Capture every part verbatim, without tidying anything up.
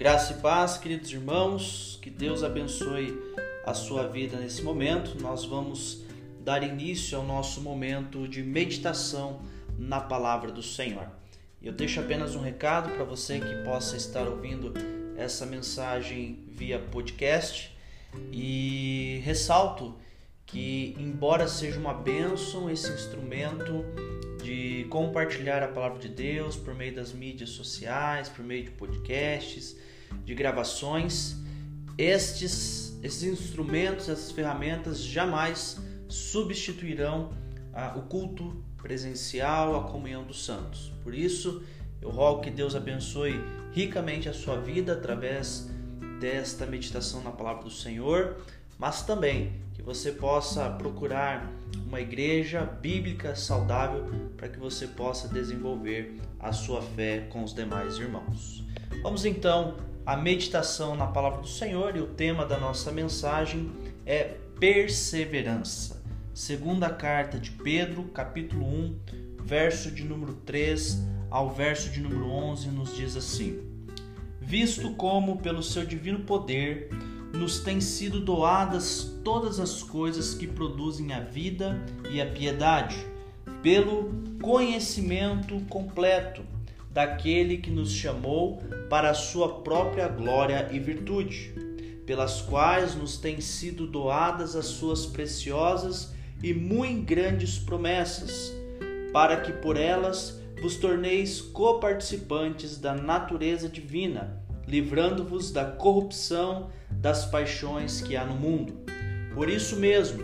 Graça e paz, queridos irmãos, que Deus abençoe a sua vida nesse momento. Nós vamos dar início ao nosso momento de meditação na palavra do Senhor. Eu deixo apenas um recado para você que possa estar ouvindo essa mensagem via podcast e ressalto que, embora seja uma bênção esse instrumento de compartilhar a palavra de Deus por meio das mídias sociais, por meio de podcasts, de gravações, estes, esses instrumentos, essas ferramentas jamais substituirão ah, o culto presencial, a comunhão dos santos. Por isso, eu rogo que Deus abençoe ricamente a sua vida através desta meditação na palavra do Senhor, mas também que você possa procurar uma igreja bíblica saudável para que você possa desenvolver a sua fé com os demais irmãos. Vamos então à meditação na palavra do Senhor, e o tema da nossa mensagem é perseverança. Segunda carta de Pedro, capítulo um, verso de número três ao verso de número onze, nos diz assim: visto como pelo seu divino poder nos têm sido doadas todas as coisas que produzem a vida e a piedade, pelo conhecimento completo daquele que nos chamou para a sua própria glória e virtude, pelas quais nos têm sido doadas as suas preciosas e muito grandes promessas, para que por elas vos torneis coparticipantes da natureza divina, livrando-vos da corrupção das paixões que há no mundo. Por isso mesmo,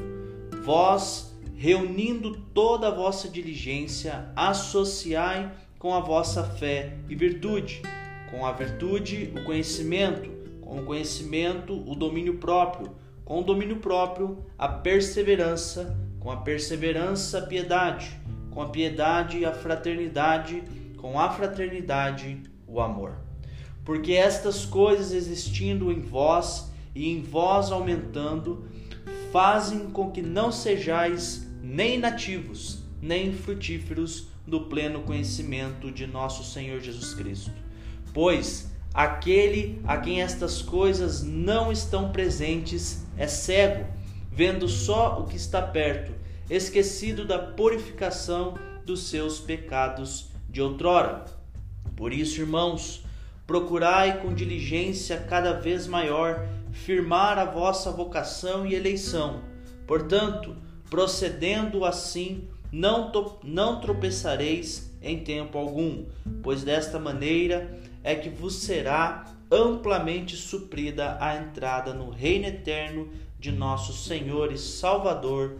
vós, reunindo toda a vossa diligência, associai com a vossa fé e virtude, com a virtude o conhecimento, com o conhecimento o domínio próprio, com o domínio próprio a perseverança, com a perseverança a piedade, com a piedade a fraternidade, com a fraternidade o amor. Porque estas coisas existindo em vós e em vós aumentando, fazem com que não sejais nem nativos, nem frutíferos no pleno conhecimento de nosso Senhor Jesus Cristo. Pois aquele a quem estas coisas não estão presentes é cego, vendo só o que está perto, esquecido da purificação dos seus pecados de outrora. Por isso, irmãos, procurai com diligência cada vez maior firmar a vossa vocação e eleição. Portanto, procedendo assim, não, to- não tropeçareis em tempo algum, pois desta maneira é que vos será amplamente suprida a entrada no reino eterno de nosso Senhor e Salvador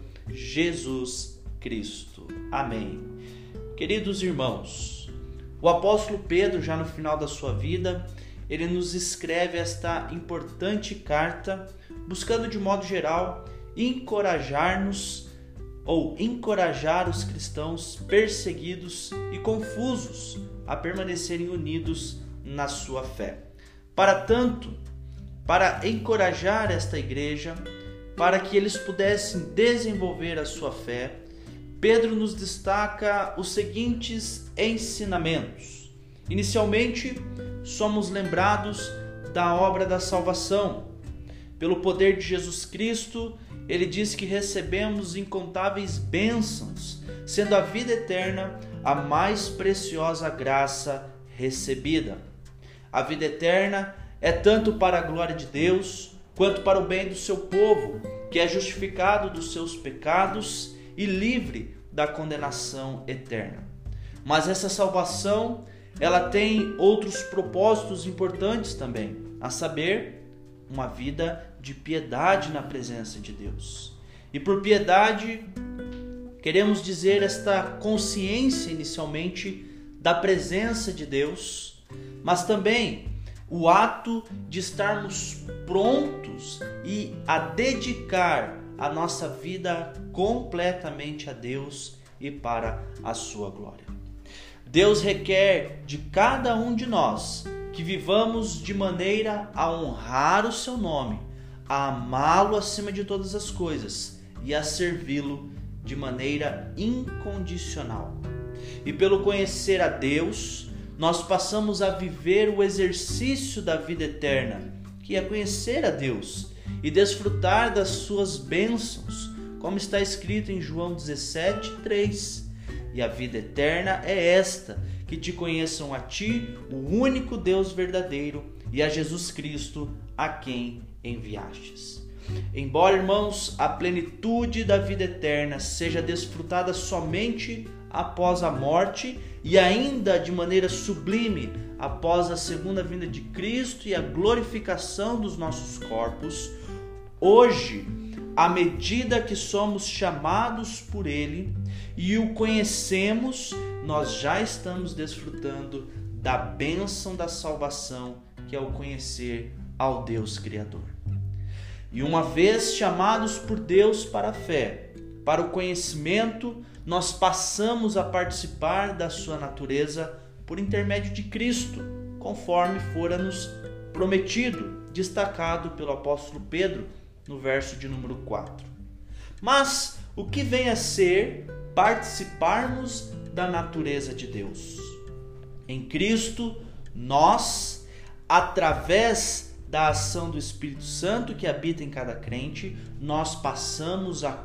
Jesus Cristo. Amém. Queridos irmãos, o apóstolo Pedro, já no final da sua vida, ele nos escreve esta importante carta, buscando de modo geral encorajar-nos ou encorajar os cristãos perseguidos e confusos a permanecerem unidos na sua fé. Para tanto, para encorajar esta igreja, para que eles pudessem desenvolver a sua fé, Pedro nos destaca os seguintes ensinamentos. Inicialmente, somos lembrados da obra da salvação. Pelo poder de Jesus Cristo, ele diz que recebemos incontáveis bênçãos, sendo a vida eterna a mais preciosa graça recebida. A vida eterna é tanto para a glória de Deus, quanto para o bem do seu povo, que é justificado dos seus pecados e livre da condenação eterna. Mas essa salvação, ela tem outros propósitos importantes também, a saber, uma vida de piedade na presença de Deus. E por piedade, queremos dizer esta consciência inicialmente da presença de Deus, mas também o ato de estarmos prontos e a dedicar a nossa vida completamente a Deus e para a sua glória. Deus requer de cada um de nós que vivamos de maneira a honrar o seu nome, a amá-lo acima de todas as coisas e a servi-lo de maneira incondicional. E pelo conhecer a Deus, nós passamos a viver o exercício da vida eterna, que é conhecer a Deus e desfrutar das suas bênçãos, como está escrito em João dezessete, três. E a vida eterna é esta, que te conheçam a ti, o único Deus verdadeiro, e a Jesus Cristo, a quem enviastes. Embora, irmãos, a plenitude da vida eterna seja desfrutada somente após a morte e ainda de maneira sublime após a segunda vinda de Cristo e a glorificação dos nossos corpos, hoje, à medida que somos chamados por Ele e o conhecemos, nós já estamos desfrutando da bênção da salvação, que é o conhecer ao Deus Criador. E uma vez chamados por Deus para a fé, para o conhecimento, nós passamos a participar da sua natureza por intermédio de Cristo, conforme fora nos prometido, destacado pelo apóstolo Pedro no verso de número quatro. Mas o que vem a ser participarmos da natureza de Deus? Em Cristo, nós, através da ação do Espírito Santo que habita em cada crente, nós passamos a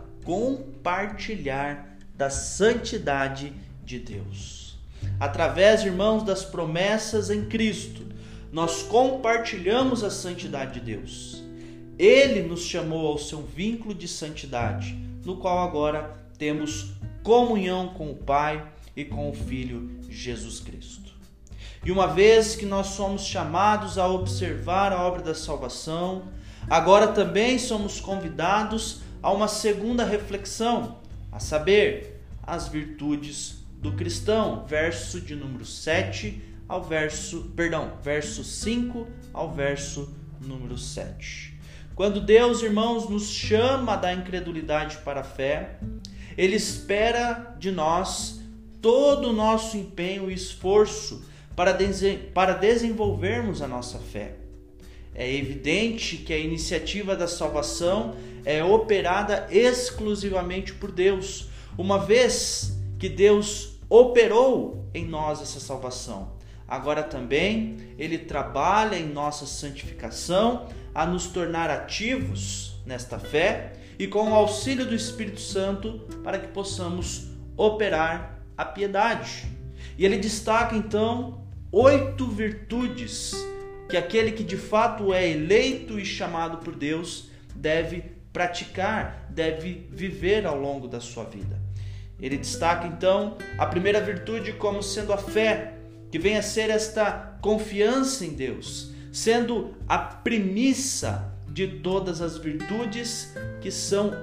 compartilhar da santidade de Deus. Através, irmãos, das promessas em Cristo, nós compartilhamos a santidade de Deus. Ele nos chamou ao seu vínculo de santidade, no qual agora temos comunhão com o Pai e com o Filho Jesus Cristo. E uma vez que nós somos chamados a observar a obra da salvação, agora também somos convidados a uma segunda reflexão, a saber, as virtudes do cristão, verso de número sete ao verso, perdão, verso cinco ao verso número sete. Quando Deus, irmãos, nos chama da incredulidade para a fé, Ele espera de nós todo o nosso empenho e esforço para, de- para desenvolvermos a nossa fé. É evidente que a iniciativa da salvação é operada exclusivamente por Deus, uma vez que Deus operou em nós essa salvação. Agora também Ele trabalha em nossa santificação a nos tornar ativos nesta fé e com o auxílio do Espírito Santo para que possamos operar a piedade. E ele destaca então oito virtudes que aquele que de fato é eleito e chamado por Deus deve praticar, deve viver ao longo da sua vida. Ele destaca então a primeira virtude como sendo a fé, que vem a ser esta confiança em Deus, sendo a premissa de todas as virtudes que são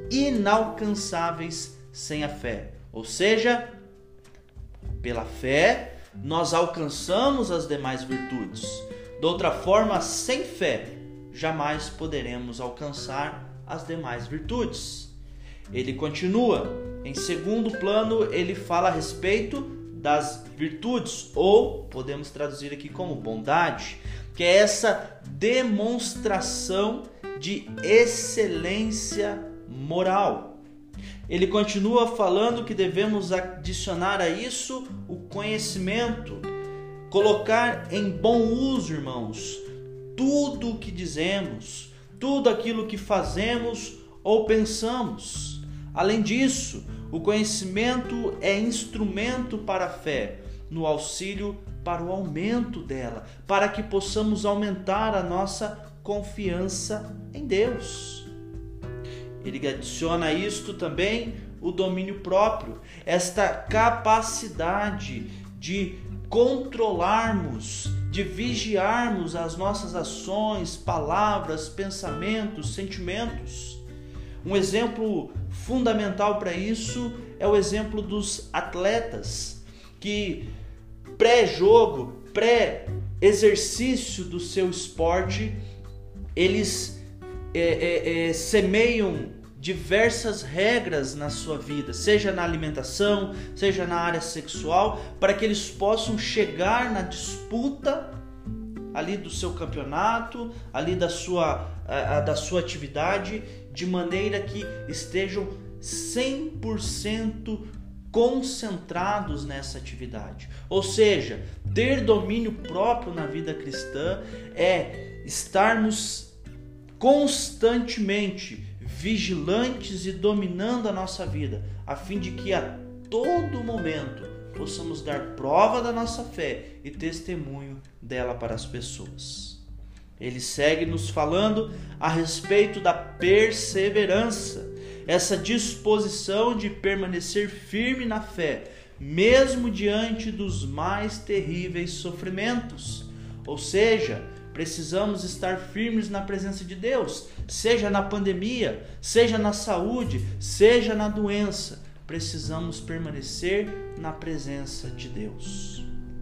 inalcançáveis sem a fé. Ou seja, pela fé nós alcançamos as demais virtudes. De outra forma, sem fé, jamais poderemos alcançar as demais virtudes. Ele continua. Em segundo plano, ele fala a respeito das virtudes, ou podemos traduzir aqui como bondade, que é essa demonstração de excelência moral. Ele continua falando que devemos adicionar a isso o conhecimento, colocar em bom uso, irmãos, tudo o que dizemos, tudo aquilo que fazemos ou pensamos. Além disso, o conhecimento é instrumento para a fé, no auxílio para o aumento dela, para que possamos aumentar a nossa confiança em Deus. Ele adiciona a isto também o domínio próprio, esta capacidade de controlarmos, de vigiarmos as nossas ações, palavras, pensamentos, sentimentos. Um exemplo fundamental para isso é o exemplo dos atletas que pré-jogo, pré-exercício do seu esporte, eles é, é, é, semeiam diversas regras na sua vida, seja na alimentação, seja na área sexual, para que eles possam chegar na disputa ali do seu campeonato, ali da sua, a, a, da sua atividade, de maneira que estejam cem por cento concentrados nessa atividade. Ou seja, ter domínio próprio na vida cristã é estarmos constantemente vigilantes e dominando a nossa vida, a fim de que a todo momento possamos dar prova da nossa fé e testemunho dela para as pessoas. Ele segue nos falando a respeito da perseverança, essa disposição de permanecer firme na fé, mesmo diante dos mais terríveis sofrimentos. Ou seja, precisamos estar firmes na presença de Deus, seja na pandemia, seja na saúde, seja na doença. Precisamos permanecer na presença de Deus.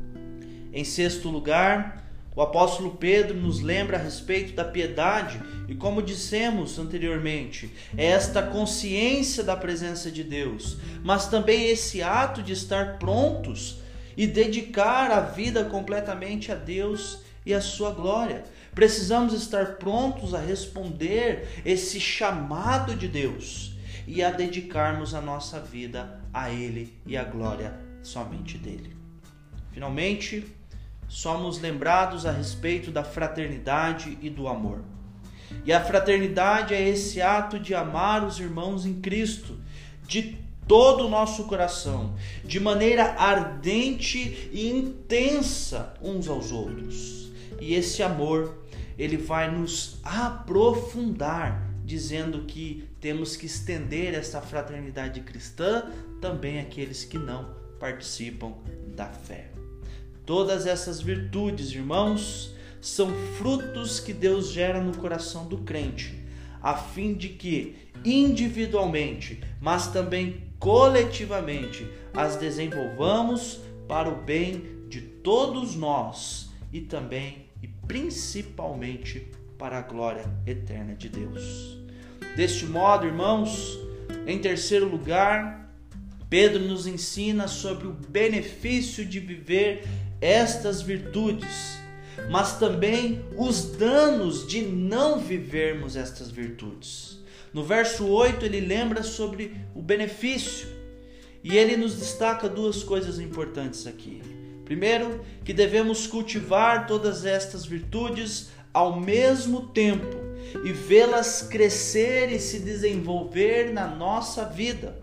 Em sexto lugar, o apóstolo Pedro nos lembra a respeito da piedade e, como dissemos anteriormente, é esta consciência da presença de Deus, mas também esse ato de estar prontos e dedicar a vida completamente a Deus e a sua glória. Precisamos estar prontos a responder esse chamado de Deus e a dedicarmos a nossa vida a Ele e a glória somente dele. Finalmente, somos lembrados a respeito da fraternidade e do amor. E a fraternidade é esse ato de amar os irmãos em Cristo de todo o nosso coração, de maneira ardente e intensa uns aos outros. E esse amor, ele vai nos aprofundar, dizendo que temos que estender essa fraternidade cristã também àqueles que não participam da fé. Todas essas virtudes, irmãos, são frutos que Deus gera no coração do crente, a fim de que, individualmente, mas também coletivamente, as desenvolvamos para o bem de todos nós e também e principalmente para a glória eterna de Deus. Deste modo, irmãos, em terceiro lugar, Pedro nos ensina sobre o benefício de viver estas virtudes, mas também os danos de não vivermos estas virtudes. No verso oito ele lembra sobre o benefício e ele nos destaca duas coisas importantes aqui. Primeiro, que devemos cultivar todas estas virtudes ao mesmo tempo e vê-las crescer e se desenvolver na nossa vida.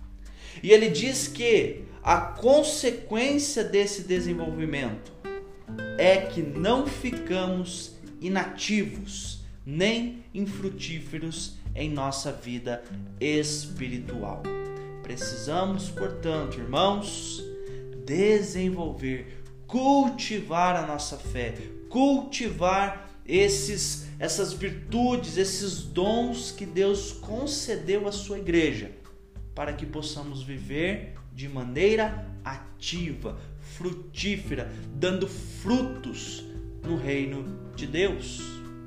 E ele diz que a consequência desse desenvolvimento é que não ficamos inativos nem infrutíferos em nossa vida espiritual. Precisamos, portanto, irmãos, desenvolver, cultivar a nossa fé, cultivar esses, essas virtudes, esses dons que Deus concedeu à sua igreja, para que possamos viver de maneira ativa, frutífera, dando frutos no reino de Deus.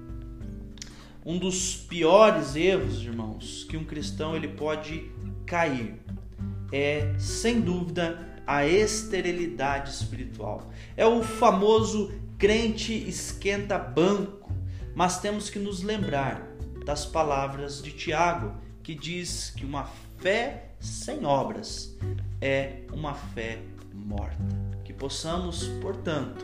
Um dos piores erros, irmãos, que um cristão ele pode cair é, sem dúvida, a esterilidade espiritual. É o famoso crente esquenta-banco, mas temos que nos lembrar das palavras de Tiago, que diz que uma fé sem obras é uma fé morta. Que possamos, portanto,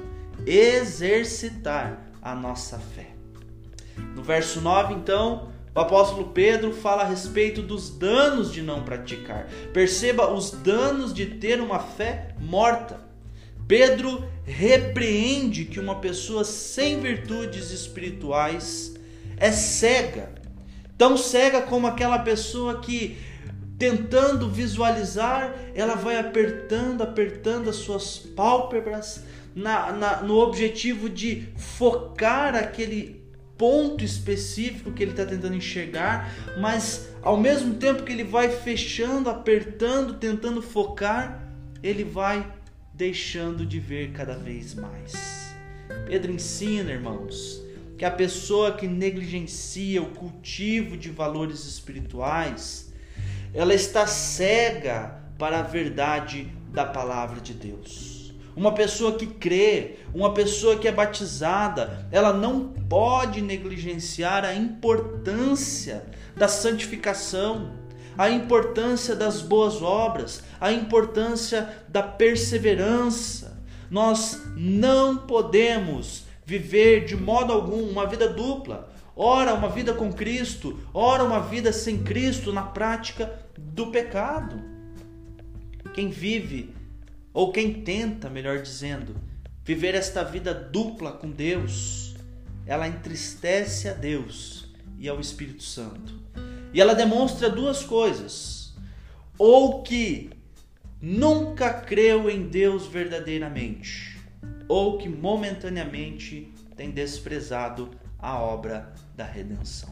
exercitar a nossa fé. No verso nove, então, o apóstolo Pedro fala a respeito dos danos de não praticar. Perceba os danos de ter uma fé morta. Pedro repreende que uma pessoa sem virtudes espirituais é cega. Tão cega como aquela pessoa que, tentando visualizar, ela vai apertando, apertando as suas pálpebras na, na, no objetivo de focar aquele ponto específico que ele está tentando enxergar, mas ao mesmo tempo que ele vai fechando, apertando, tentando focar, ele vai deixando de ver cada vez mais. Pedro ensina, irmãos, que a pessoa que negligencia o cultivo de valores espirituais, ela está cega para a verdade da palavra de Deus. Uma pessoa que crê, uma pessoa que é batizada, ela não pode negligenciar a importância da santificação, a importância das boas obras, a importância da perseverança. Nós não podemos viver de modo algum uma vida dupla, ora uma vida com Cristo, ora uma vida sem Cristo, na prática do pecado. Quem vive, ou quem tenta, melhor dizendo, viver esta vida dupla com Deus, ela entristece a Deus e ao Espírito Santo. E ela demonstra duas coisas: ou que nunca creu em Deus verdadeiramente, ou que momentaneamente tem desprezado a obra da redenção.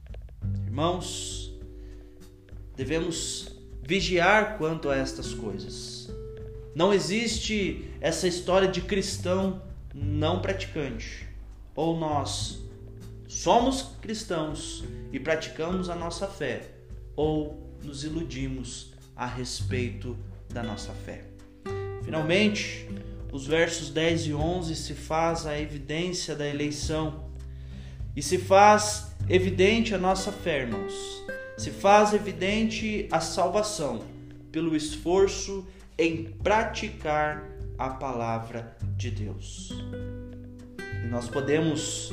Irmãos, devemos vigiar quanto a estas coisas. Não existe essa história de cristão não praticante. Ou nós somos cristãos e praticamos a nossa fé, ou nos iludimos a respeito da nossa fé. Finalmente, os versos dez e onze se faz a evidência da eleição e se faz evidente a nossa fé, irmãos. Se faz evidente a salvação pelo esforço em praticar a palavra de Deus. E nós podemos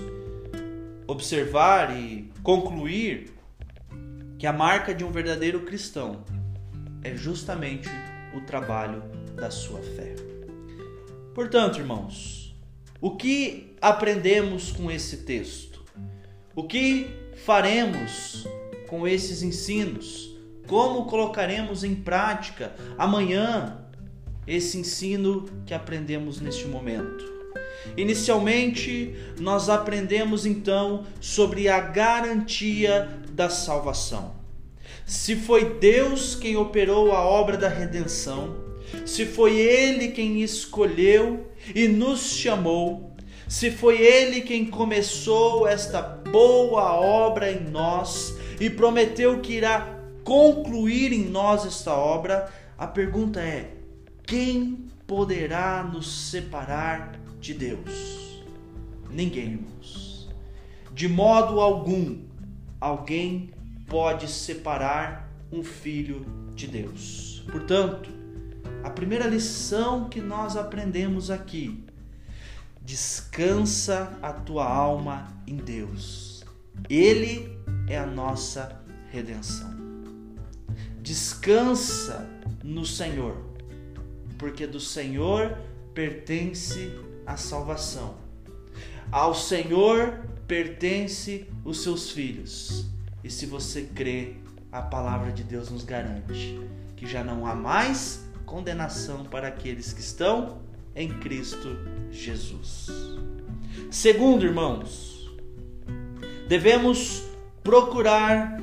observar e concluir que a marca de um verdadeiro cristão é justamente o trabalho da sua fé. Portanto, irmãos, o que aprendemos com esse texto? O que faremos com esses ensinos? Como colocaremos em prática amanhã esse ensino que aprendemos neste momento? Inicialmente, nós aprendemos então sobre a garantia da salvação. Se foi Deus quem operou a obra da redenção, se foi Ele quem escolheu e nos chamou, se foi Ele quem começou esta boa obra em nós e prometeu que irá concluir em nós esta obra, a pergunta é: quem poderá nos separar de Deus? Ninguém, irmãos. De modo algum, alguém pode separar um filho de Deus. Portanto, a primeira lição que nós aprendemos aqui: descansa a tua alma em Deus. Ele é a nossa redenção. Descansa no Senhor, porque do Senhor pertence a salvação. Ao Senhor pertence os seus filhos. E se você crê, a palavra de Deus nos garante que já não há mais condenação para aqueles que estão em Cristo Jesus. Segundo, irmãos, devemos procurar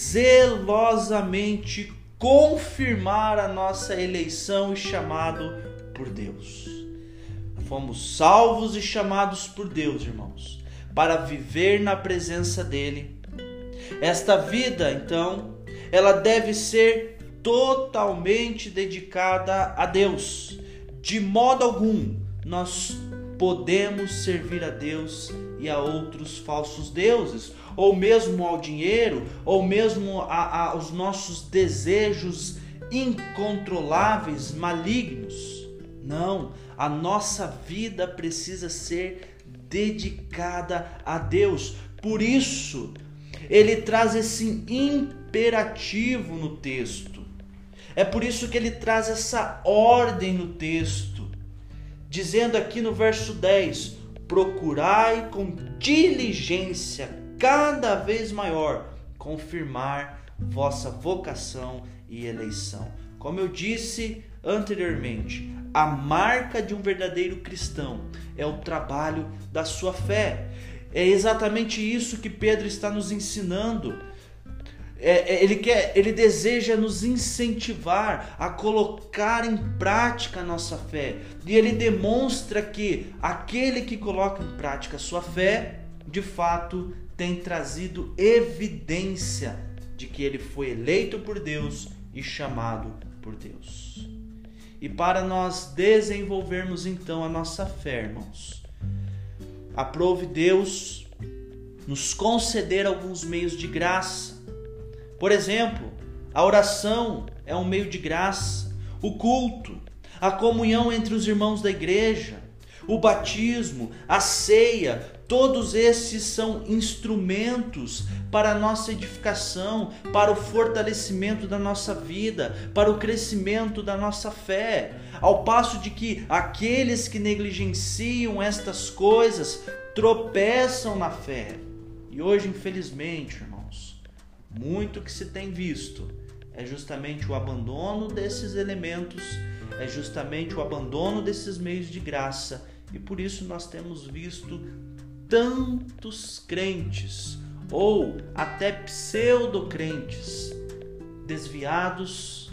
zelosamente confirmar a nossa eleição e chamado por Deus. Fomos salvos e chamados por Deus, irmãos, para viver na presença dEle. Esta vida, então, ela deve ser totalmente dedicada a Deus. De modo algum, nós podemos servir a Deus e a outros falsos deuses, ou mesmo ao dinheiro, ou mesmo a, a, aos nossos desejos incontroláveis, malignos. Não, a nossa vida precisa ser dedicada a Deus. Por isso, ele traz esse imperativo no texto. É por isso que ele traz essa ordem no texto, dizendo aqui no verso dez: procurai com diligência cada vez maior confirmar vossa vocação e eleição. Como eu disse anteriormente, a marca de um verdadeiro cristão é o trabalho da sua fé. É exatamente isso que Pedro está nos ensinando. É, ele, quer, ele deseja nos incentivar a colocar em prática a nossa fé. E ele demonstra que aquele que coloca em prática a sua fé, de fato, tem trazido evidência de que ele foi eleito por Deus e chamado por Deus. E para nós desenvolvermos então a nossa fé, irmãos, aprove Deus nos conceder alguns meios de graça. Por exemplo, A oração é um meio de graça, o culto, a comunhão entre os irmãos da igreja, o batismo, a ceia, todos esses são instrumentos para a nossa edificação, para o fortalecimento da nossa vida, para o crescimento da nossa fé. Ao passo de que aqueles que negligenciam estas coisas tropeçam na fé. E hoje, infelizmente, irmãos, muito que se tem visto é justamente o abandono desses elementos, é justamente o abandono desses meios de graça. E por isso nós temos visto tantos crentes, ou até pseudo-crentes, desviados,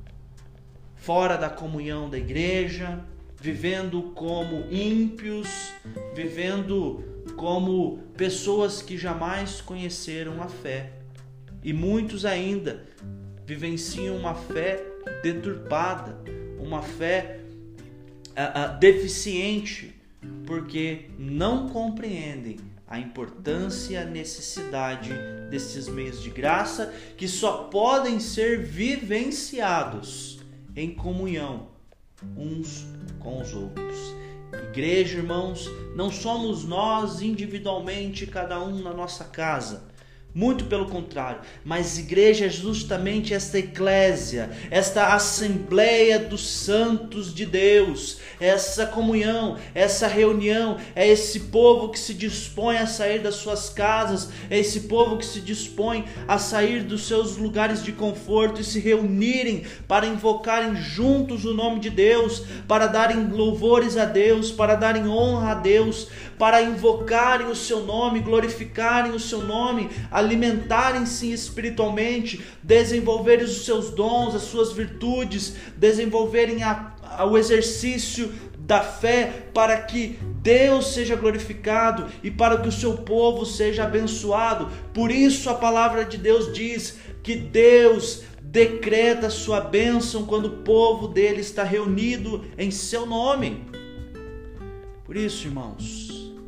fora da comunhão da igreja, vivendo como ímpios, vivendo como pessoas que jamais conheceram a fé. E muitos ainda vivenciam uma fé deturpada, uma fé uh, uh, deficiente, porque não compreendem a importância e a necessidade desses meios de graça que só podem ser vivenciados em comunhão uns com os outros. Igreja, irmãos, não somos nós individualmente, cada um na nossa casa. Muito pelo contrário, mas igreja é justamente esta eclésia, esta assembleia dos santos de Deus, essa comunhão, essa reunião, é esse povo que se dispõe a sair das suas casas, é esse povo que se dispõe a sair dos seus lugares de conforto e se reunirem para invocarem juntos o nome de Deus, para darem louvores a Deus, para darem honra a Deus, para invocarem o seu nome, glorificarem o seu nome, alimentarem-se espiritualmente, desenvolverem os seus dons, as suas virtudes, desenvolverem a, a, o exercício da fé para que Deus seja glorificado e para que o seu povo seja abençoado. Por isso a palavra de Deus diz que Deus decreta a sua bênção quando o povo dele está reunido em seu nome. Por isso, irmãos,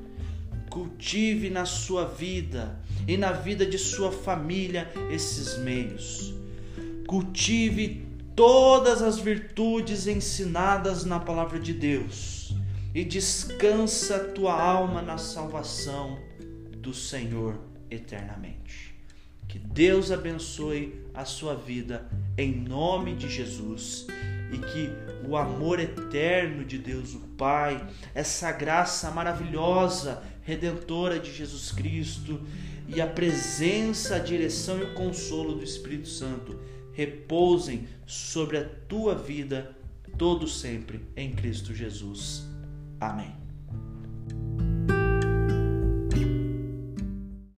cultive na sua vida e na vida de sua família esses meios. Cultive todas as virtudes ensinadas na palavra de Deus e descansa a tua alma na salvação do Senhor eternamente. Que Deus abençoe a sua vida em nome de Jesus e que o amor eterno de Deus, o Pai, essa graça maravilhosa, redentora de Jesus Cristo e a presença, a direção e o consolo do Espírito Santo repousem sobre a tua vida todo sempre em Cristo Jesus. Amém.